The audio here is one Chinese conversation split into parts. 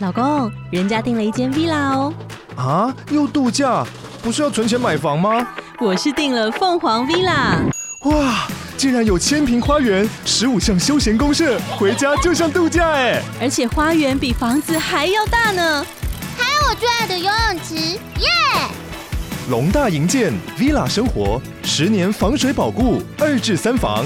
老公，人家订了一间 villa 哦。 啊，又度假？不是要存钱买房吗？ 我是订了凤凰 villa。 哇，竟然有1000坪花园，15项休闲公社，回家就像度假哎！ 而且花园比房子还要大呢。 还有我最爱的游泳池，耶！ 龙大营建 villa 生活，10年防水保固，2至3房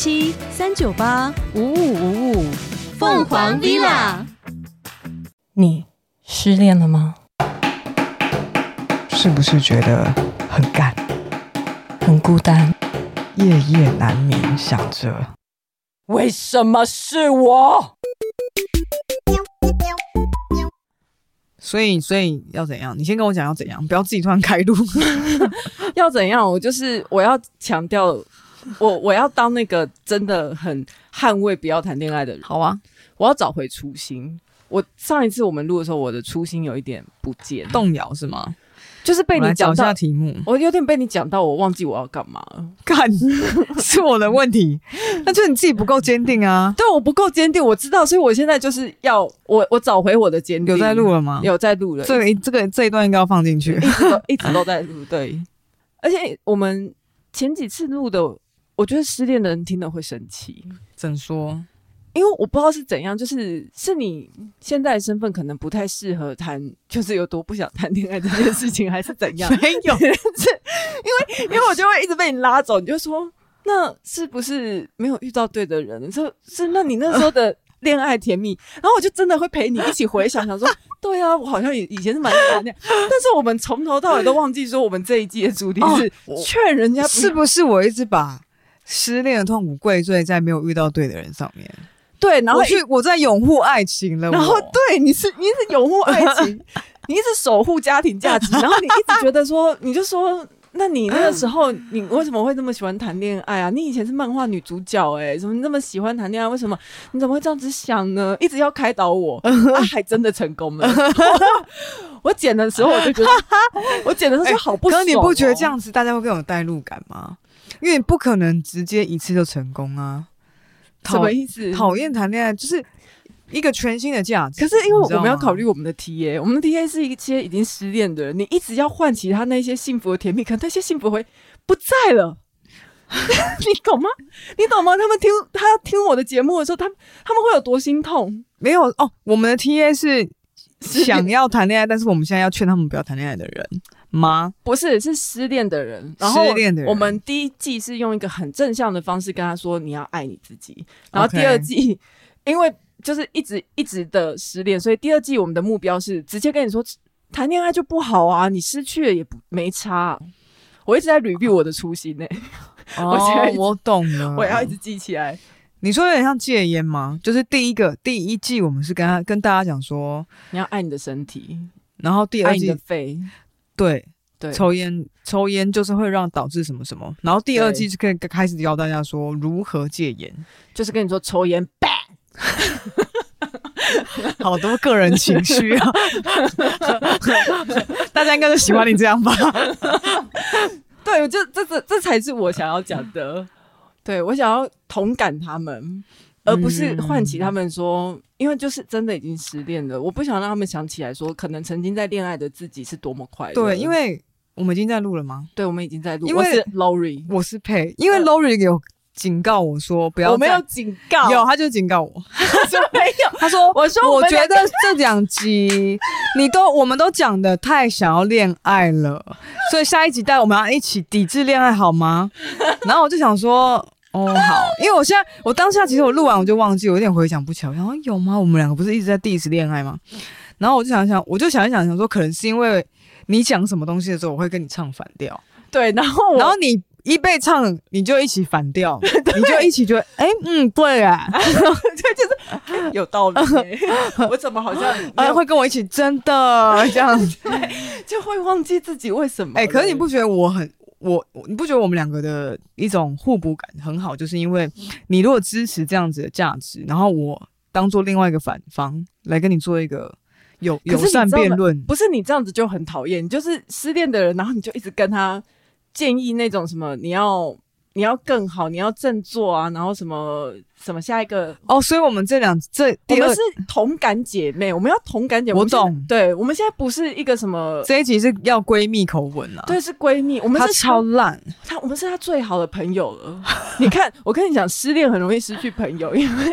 07-398-5555，凤凰 villa。 你失恋了吗？是不是觉得很干、很孤单，夜夜难眠，想着为什么是我？ 所以要怎样？你先跟我讲要怎样，不要自己突然开路。 要怎样？我要强调，我要当那个真的很捍卫不要谈恋爱的人。 好啊， 我要找回初心。我上一次我们录的时候，我的初心有一点不见， 动摇是吗？ 就是被你讲到一下题目， 我有点被你讲到，我忘记我要干嘛了。 干是我的问题，那就是你自己不够坚定啊。 对，我不够坚定，我知道，所以我现在就是要我找回我的坚定。 有在录了吗？ 有在录了， 这一段应该要放进去， 一直都在录。对，而且我们前几次录的，我觉得失恋的人听了会生气。 怎说？ 因为我不知道是怎样，是你现在的身份可能不太适合谈，就是有多不想谈恋爱这件事情，还是怎样？ 没有， 因为我就会一直被你拉走，你就说那是不是没有遇到对的人？是那你那时候的恋爱甜蜜，然后我就真的会陪你一起回想，想说对啊，我好像以前是蛮谈恋爱，但是我们从头到尾都忘记说，我们这一季的主题是劝人家是不是我一直把失恋的痛苦归罪在没有遇到对的人上面？ 对，然后我在拥护爱情了， 然后对你是拥护爱情，你一直守护家庭价值，然后你一直觉得说，你就说，那你那个时候你为什么会这么喜欢谈恋爱啊？你以前是漫画女主角怎么你那么喜欢谈恋爱？为什么你怎么会这样子想呢？一直要开导我，还真的成功了。我剪的时候我就觉得，我剪的时候就好不爽。 可是你不觉得这样子大家会更有代入感吗？因为你不可能直接一次就成功啊。 什么意思？ 讨厌谈恋爱就是一个全新的价值。 可是因为我们要考虑我们的 TA， 我们的 TA 是一些已经失恋的人，你一直要唤起他那些幸福的甜蜜，可能那些幸福会不在了。你懂吗？你懂吗？他听我的节目的时候，他们会有多心痛？ 没有哦，我们的 TA 是想要谈恋爱，但是我们现在要劝他们不要谈恋爱的人吗？ 不是，是失恋的人。然后失恋的人， 我们第一季是用一个很正向的方式跟他说你要爱你自己，然后第二季因为就是一直的失恋，所以第二季我们的目标是直接跟你说谈恋爱就不好啊，你失去了也没差。我一直在 review 我的初心我懂了， 我要一直记起来。 你说有点像戒烟吗？就是第一季我们是跟大家讲说你要爱你的身体， 然后第二季爱你的肺， 对，抽烟就是会导致什么什么，然后第二季就可以开始教大家说如何戒烟， 就是跟你说抽烟 bad。 好多个人情绪啊，大家应该都喜欢你这样吧？ 对，这才是我想要讲的。对，我想要同感他们，而不是唤起他们说，因为就是真的已经失恋了，我不想让他们想起来说，可能曾经在恋爱的自己是多么快乐。 对，因为我们已经在录了吗？ 对，我们已经在录。 因为我是 Lori， 我是佩，因为 Lori 有警告我说不要。 我没有警告， 有，他就警告我。 他说没有， 他说我觉得这2集我们都讲的太想要恋爱了，所以下一集我们要一起抵制恋爱好吗？然后我就想说好，因为我当下其实我录完我就忘记，我有点回想不起来，我想说有吗？我们两个不是一直在 diss 恋爱吗？然后我就想一想说，可能是因为你讲什么东西的时候，我会跟你唱反调。 对，然后你一被唱，你就一起反调，你就一起觉得对啊， 对，就是有道理。我怎么好像会跟我一起真的这样子， 就会忘记自己为什么？ 可是你不觉得你不觉得我们两个的一种互补感很好？就是因为你如果支持这样子的价值，然后我当做另外一个反方来跟你做一个友善辩论， 不是你这样子就很讨厌，你就是失恋的人，然后你就一直跟他建议那种什么你要你要更好，你要振作啊，然后什么下一个所以我们这第二我们是同感姐妹，我们要同感姐妹。 我懂， 对，我们现在不是一个什么这一集是要闺蜜口吻啊， 对，是闺蜜，我们是她超烂， 我们是她最好的朋友了。你看，我跟你讲，失恋很容易失去朋友，因为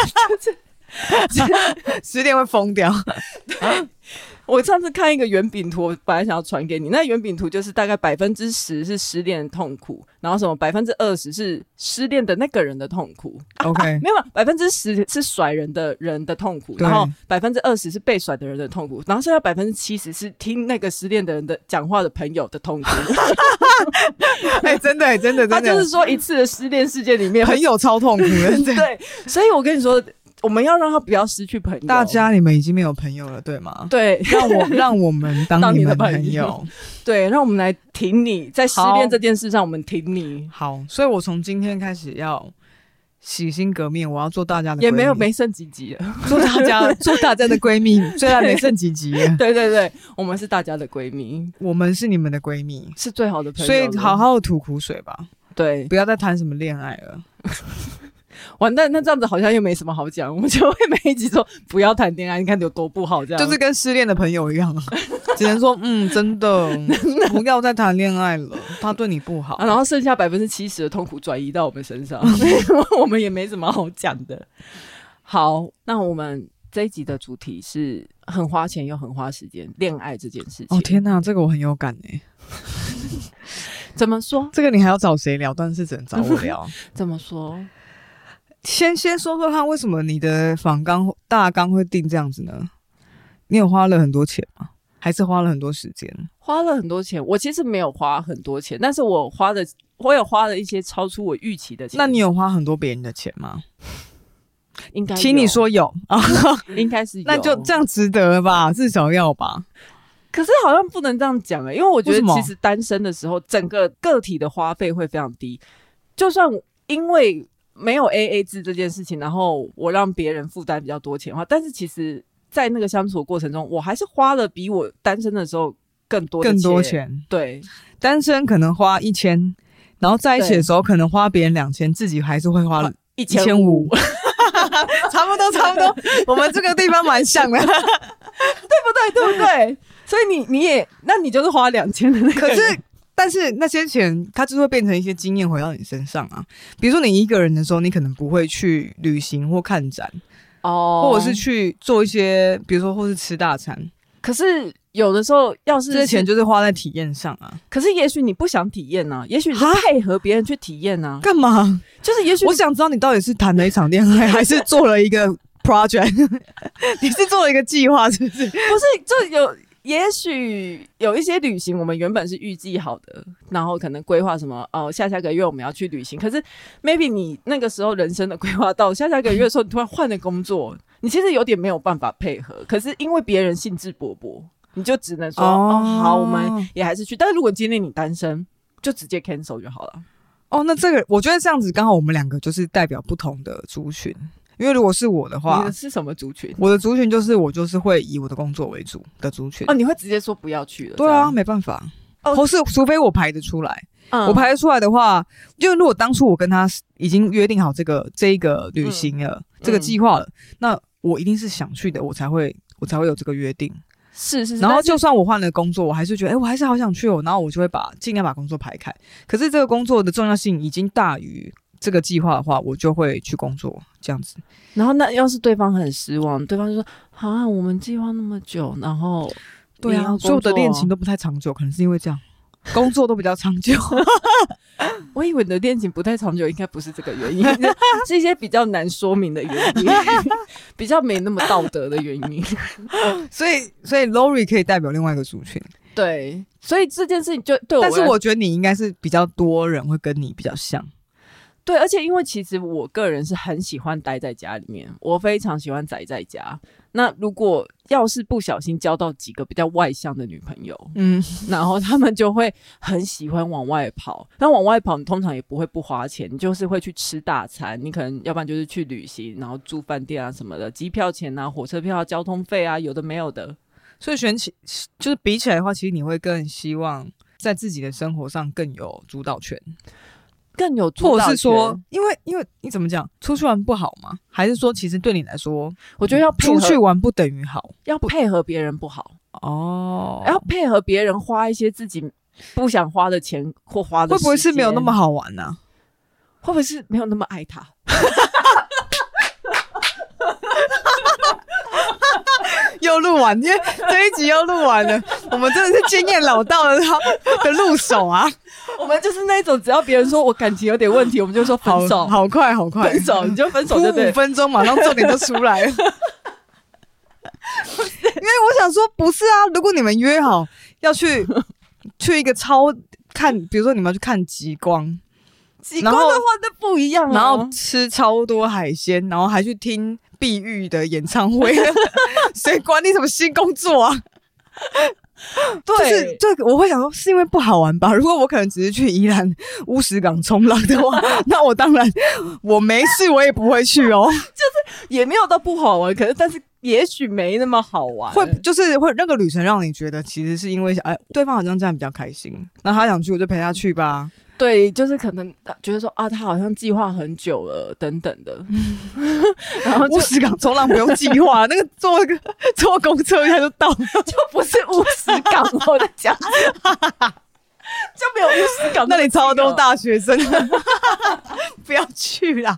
失恋会疯掉。 我上次看一个圆饼图，我本来想要传给你。那圆饼图就是大概10%是失恋的痛苦，然后什么20%是失恋的那个人的痛苦。 OK， 没有10%是甩人的痛苦，然后20%是被甩的人的痛苦，然后剩下70%是听那个失恋的人的讲话的朋友的痛苦。 真的， 他就是说一次的失恋事件里面， 朋友超痛苦的。 对，所以我跟你说。我们要让他不要失去朋友。 大家，你们已经没有朋友了，对吗？ 对， 让我们当你们朋友。 对，让我们来挺你，在失恋这件事上，我们挺你。 好，所以我从今天开始要洗心革面，我要做大家的闺蜜。 也没剩几集了， 做大家的闺蜜，虽然没剩几集了。 对，我们是大家的闺蜜， 我们是你们的闺蜜， 是最好的朋友。 所以好好的吐苦水吧。 对， 不要再谈什么恋爱了。 完蛋，那这样子好像又没什么好讲，我们就会每一集说不要谈恋爱，你看有多不好，这样就是跟失恋的朋友一样，只能说真的不要再谈恋爱了，他对你不好， 然后剩下70%的痛苦转移到我们身上，我们也没什么好讲的。好，那我们这一集的主题是很花钱又很花时间，恋爱这件事情。 天哪，这个我很有感欸。 怎么说？ 这个你还要找谁聊？但是只能找我聊。 怎么说？ 先说说看，为什么你的访纲大纲会定这样子呢？你有花了很多钱吗？还是花了很多时间？ 花了很多钱，我其实没有花很多钱，但是我有花了一些超出我预期的钱。 那你有花很多别人的钱吗？ 应该有， 请你说有啊， 应该是有， 那就这样值得吧，至少要吧。 可是好像不能这样讲因为我觉得其实单身的时候，整个个体的花费会非常低，就算因为没有 AA 制这件事情，然后我让别人负担比较多钱的话，但是其实在那个相处的过程中，我还是花了比我单身的时候更多钱。对， 单身可能花1000，然后在一起的时候可能花别人2000，自己还是会花1500。差不多，我们这个地方蛮像的， 对不对？所以你就是花2000的那个人。 但是那些钱它就会变成一些经验回到你身上啊。比如说你一个人的时候，你可能不会去旅行或看展或者是去做一些，比如说或是吃大餐。 可是有的时候要是这些钱就是花在体验上啊。 可是也许你不想体验啊，也许你是配合别人去体验啊。 干嘛？ 就是也许我想知道你到底是谈了一场恋爱，还是做了一个 project？ 你是做了一个计划，是不是？ 不是，就也许有一些旅行我们原本是预计好的，然后可能规划什么下个月我们要去旅行，可是 maybe 你那个时候人生的规划到下个月的时候，你突然换了工作，你其实有点没有办法配合，可是因为别人兴致勃勃，你就只能说好，我们也还是去。但是如果今天你单身，就直接 cancel 就好了。 那这个我觉得这样子刚好我们两个就是代表不同的族群。因为如果是我的话， 你的是什么族群？ 我的族群就是我就是会以我的工作为主的族群。 你会直接说不要去了？ 对啊，没办法。或是除非我排得出来，我排得出来的话，就如果当初我跟他已经约定好这一个旅行了，这个计划了，那我一定是想去的，我才会有这个约定。 是。 然后就算我换了工作，我还是觉得我还是好想去然后我就会尽量把工作排开。可是这个工作的重要性已经大于这个计划的话，我就会去工作这样子。 然后那要是对方很失望，对方就说我们计划那么久，然后对啊，所有的恋情都不太长久，可能是因为这样，工作都比较长久。 我以为你的恋情不太长久应该不是这个原因，是一些比较难说明的原因，比较没那么道德的原因。 所以 Lori 可以代表另外一个族群。 对，所以这件事情就对我， 但是我觉得你应该是比较多人会跟你比较像。 对，而且因为其实我个人是很喜欢待在家里面，我非常喜欢宅在家。那如果要是不小心交到几个比较外向的女朋友，然后他们就会很喜欢往外跑。那往外跑，你通常也不会不花钱，你就是会去吃大餐，你可能要不然就是去旅行，然后住饭店啊什么的，机票钱啊、火车票啊、交通费啊，有的没有的。 所以就是比起来的话，其实你会更希望在自己的生活上更有主导权。 更有主导权， 或者是说，因为你怎么讲，出去玩不好吗？还是说，其实对你来说， 我觉得要配合出去玩不等于好， 要配合别人不好哦， 要配合别人花一些自己不想花的钱或花的时间， 会不会是没有那么好玩呢、啊？ 会不会是没有那么爱他？ 又录完，因为这一集又录完了，我们真的是经验老道的路手啊！ 我们就是那种只要别人说我感情有点问题，我们就说分手， 好快， 分手你就分手就对， 5分钟马上重点就出来了。因为我想说，不是啊，如果你们约好要去一个比如说你们要去看极光的话那不一样啊， 然后吃超多海鲜，然后还去听碧玉的演唱会，谁管你什么新工作啊？ 对， 就是我会想说，是因为不好玩吧？如果我可能只是去宜兰乌石港冲浪的话，那我当然我没事，我也不会去哦。 就是也没有到不好玩，但是也许没那么好玩。 会那个旅程让你觉得，其实是因为对方好像这样比较开心，那他想去我就陪他去吧。 对，就是可能觉得说啊，他好像计划很久了，等等的。然后乌石港冲浪不用计划，那个坐公车一下就到了， 就不是乌石港，我在讲，就没有乌石港。 那里超多大学生，不要去啦。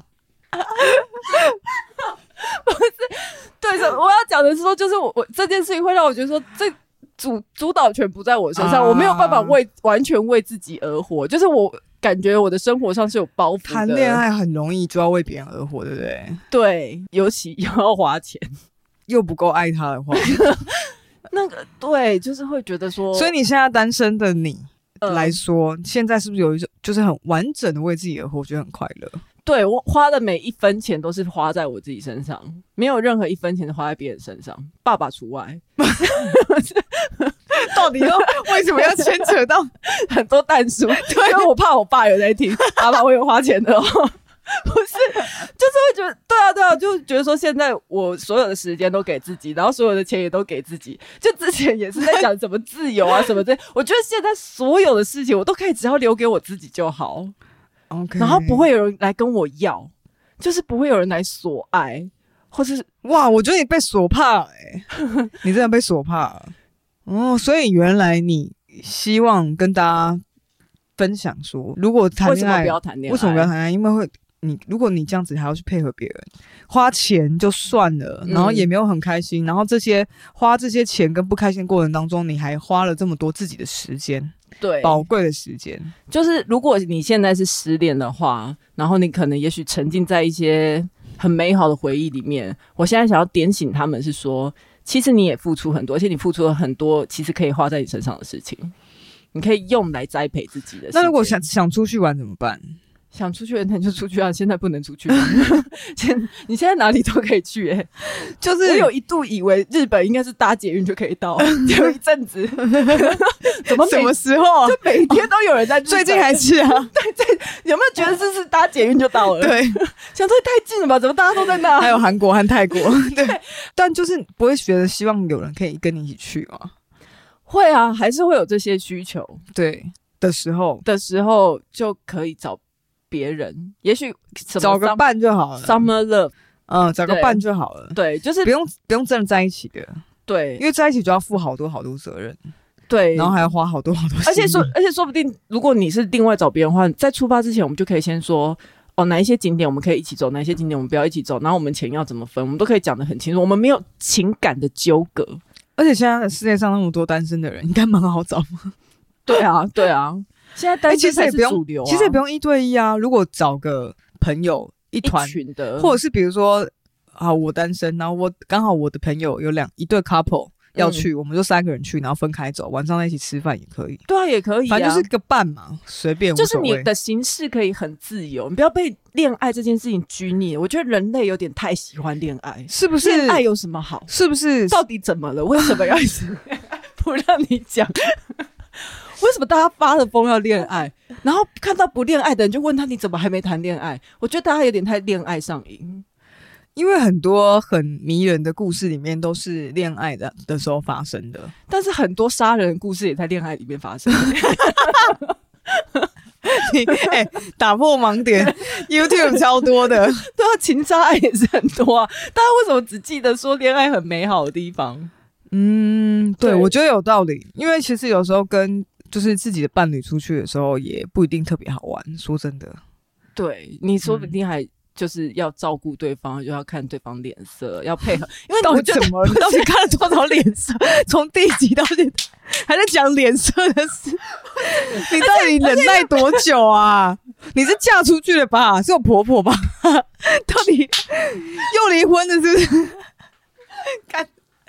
不是，对，我要讲的是说，就是我这件事情会让我觉得说，这主导权不在我身上，我没有办法完全为自己而活，就是我感觉我的生活上是有包袱的。 谈恋爱很容易就要为别人而活，对不对？ 对，尤其又要花钱， 又不够爱他的话， 那个对，就是会觉得说， 所以你现在单身的你来说，现在是不是有一种就是很完整的为自己而活，我觉得很快乐？ 对，我花的每一分钱都是花在我自己身上，没有任何一分钱是花在别人身上，爸爸除外。 到底为什么要牵扯到很多但书？对，因为我怕我爸有在听，爸爸我有花钱的哦。不是，就是会觉得，对啊，就觉得说现在我所有的时间都给自己，然后所有的钱也都给自己。就之前也是在讲什么自由啊什么的，我觉得现在所有的事情我都可以只要留给我自己就好。 Okay. 然后不会有人来跟我要，就是不会有人来索爱，或是哇，我觉得你被索怕你真的被索怕哦。所以原来你希望跟大家分享说，如果谈恋爱， 为什么不要谈恋爱？ 为什么不要谈恋爱？因为如果你这样子还要去配合别人，花钱就算了，然后也没有很开心，然后花这些钱跟不开心的过程当中，你还花了这么多自己的时间。 对， 宝贵的时间， 就是如果你现在是失恋的话，然后你可能也许沉浸在一些很美好的回忆里面，我现在想要点醒他们是说，其实你也付出很多，而且你付出了很多其实可以花在你身上的事情，你可以用来栽培自己的。 那如果想出去玩怎么办？ 想出去那你就出去啊！现在不能出去你现在哪里都可以去就是我有一度以为日本应该是搭捷运就可以到，有一阵子怎么什么时候就每天都有人在日本， 最近还是啊？ 对，有没有觉得这是搭捷运就到了？ 对， 想说太近了吧？怎么大家都在那？ 还有韩国和泰国，对，但就是不会觉得希望有人可以跟你一起去吗？ 会啊，还是会有这些需求， 对的时候就可以找别人，也许找个伴就好了 ，Summer Love， 找个伴就好了。 对，就是不用真的在一起的。 对， 因为在一起就要负好多责任。 对， 然后还要花好多心力。 而且说不定，如果你是另外找别人的话，在出发之前，我们就可以先说，哪一些景点我们可以一起走，哪一些景点我们不要一起走，然后我们钱要怎么分，我们都可以讲得很清楚，我们没有情感的纠葛。 而且现在世界上那么多单身的人，应该蛮好找吗？ 对啊。现在单身才是主流其实也不用1对1啊。如果找个朋友一团群的， 或者是比如说，我单身，然后刚好我的朋友有一对 couple 要去，我们就3个人去，然后分开走，晚上在一起吃饭也可以。 对啊，也可以反正就是个伴嘛，随便无所谓。 就是你的形式可以很自由，你不要被恋爱这件事情拘泥。我觉得人类有点太喜欢恋爱， 是不是？ 恋爱有什么好？ 是不是？ 到底怎么了？为什么要一直不让你讲？为什么大家发了疯要恋爱，然后看到不恋爱的人就问他你怎么还没谈恋爱？我觉得大家有点太恋爱上瘾， 因为很多很迷人的故事里面都是恋爱的时候发生的， 但是很多杀人的故事也在恋爱里面发生。 打破盲点，YouTube 超多的。 对啊，情杀案也是很多啊。大家为什么只记得说恋爱很美好的地方？对， 我觉得有道理，因为其实有时候跟就是自己的伴侣出去的时候，也不一定特别好玩。说真的， 对，你说不定还就是要照顾对方，就要看对方脸色，要配合。因为到底怎么了？你到底看了多少脸色？从第一集到现在还在讲脸色的事，你到底忍耐多久啊？你是嫁出去了吧？是有婆婆吧？到底又离婚了是不是？看。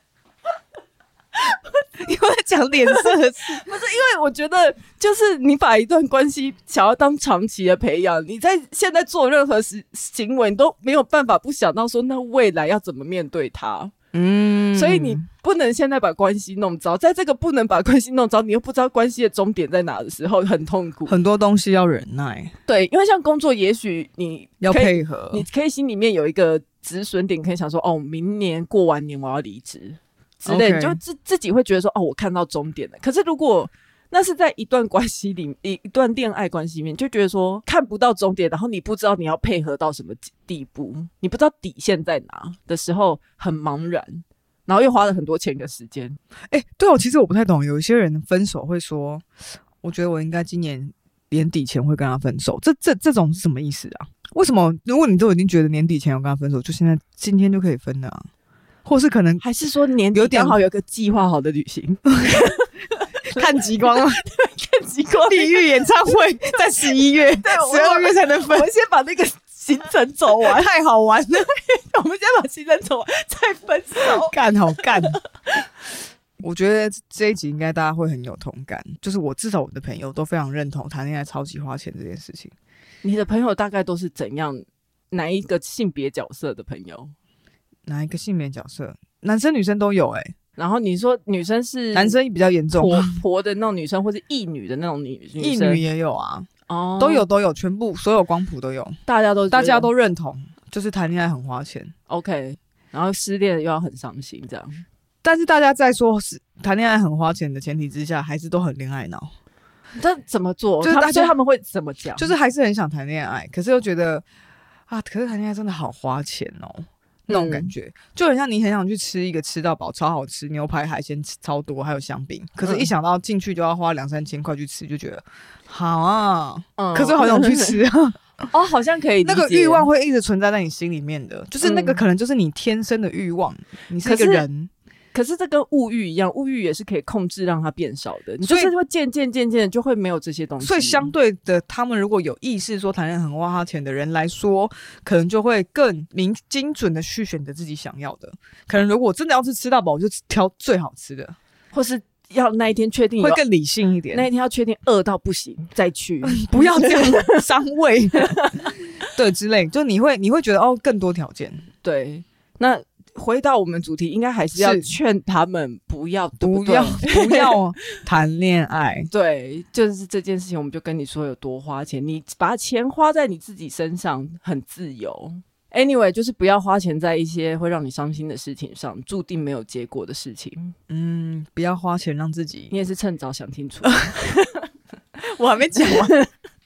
因为讲脸色的事， 不是因为我觉得，就是你把一段关系想要当长期的培养，你在现在做任何行为，你都没有办法不想到说，那未来要怎么面对它。所以你不能现在把关系弄糟，在这个不能把关系弄糟，你又不知道关系的终点在哪的时候，很痛苦。 很多东西要忍耐。对， 因为像工作，也许你要配合， 你可以心里面有一个止损点，可以想说，哦，明年过完年我要离职。之类，你就自己会觉得说，哦，我看到终点了。可是如果那是在一段关系里，一段恋爱关系里面，就觉得说看不到终点，然后你不知道你要配合到什么地步，你不知道底线在哪的时候，很茫然，然后又花了很多钱跟时间。 对哦，其实我不太懂，有一些人分手会说，我觉得我应该今年年底前会跟他分手，这种是什么意思啊？为什么如果你都已经觉得年底前要跟他分手，就今天就可以分了啊？或是可能还是说年底刚好有个计划好的旅行， 看极光吗？ 对，看极光。 地狱演唱会在11月，12月才能分。 我们先把那个行程走完， 太好玩了。 我们先把行程走完再分手， 干好干。我觉得这一集应该大家会很有同感，就是至少我的朋友都非常认同谈恋爱超级花钱这件事情。 你的朋友大概都是怎样？哪一个性别角色的朋友？ 哪一个性别角色？男生女生都有然后你说女生是男生比较严重， 婆的那种女生，或是异女的那种女生， 异女也有啊，都有，全部所有光谱都有，大家都认同，就是谈恋爱很花钱 ，OK， 然后失恋又要很伤心这样。 但是大家在说谈恋爱很花钱的前提之下，还是都很恋爱脑。 这怎么做？ 就是他们会怎么讲？ 就是还是很想谈恋爱，可是又觉得可是谈恋爱真的好花钱哦。那种感觉就很像你很想去吃一个吃到饱超好吃牛排海鲜超多还有香槟，可是一想到进去就要花2-3千块去吃，就觉得好啊，可是好想去吃啊。 好像可以理解， 那个欲望会一直存在在你心里面的，就是那个可能就是你天生的欲望，你是一个人。 可是这跟物欲一样，物欲也是可以控制让它变少的，你就是会渐渐的就会没有这些东西。 所以相对的，他们如果有意识说谈恋爱很花钱的人来说，可能就会更精准的去选择自己想要的。可能如果真的要是吃到饱，我就挑最好吃的， 或是要那一天确定会更理性一点。 那一天要确定饿到不行再去， 不要这样伤胃，对之类，就你会觉得更多条件。 对，那。回到我们主题，应该还是要劝他们不要谈恋爱。对，就是这件事情，我们就跟你说有多花钱，你把钱花在你自己身上，很自由。Anyway， 就是不要花钱在一些会让你伤心的事情上，注定没有结果的事情。 不要花钱让自己。 你也是趁早想清楚。 我还没讲完。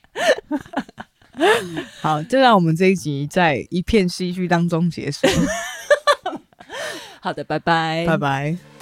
好，就让我们这一集在一片唏嘘当中结束。 好的，拜拜， 拜拜。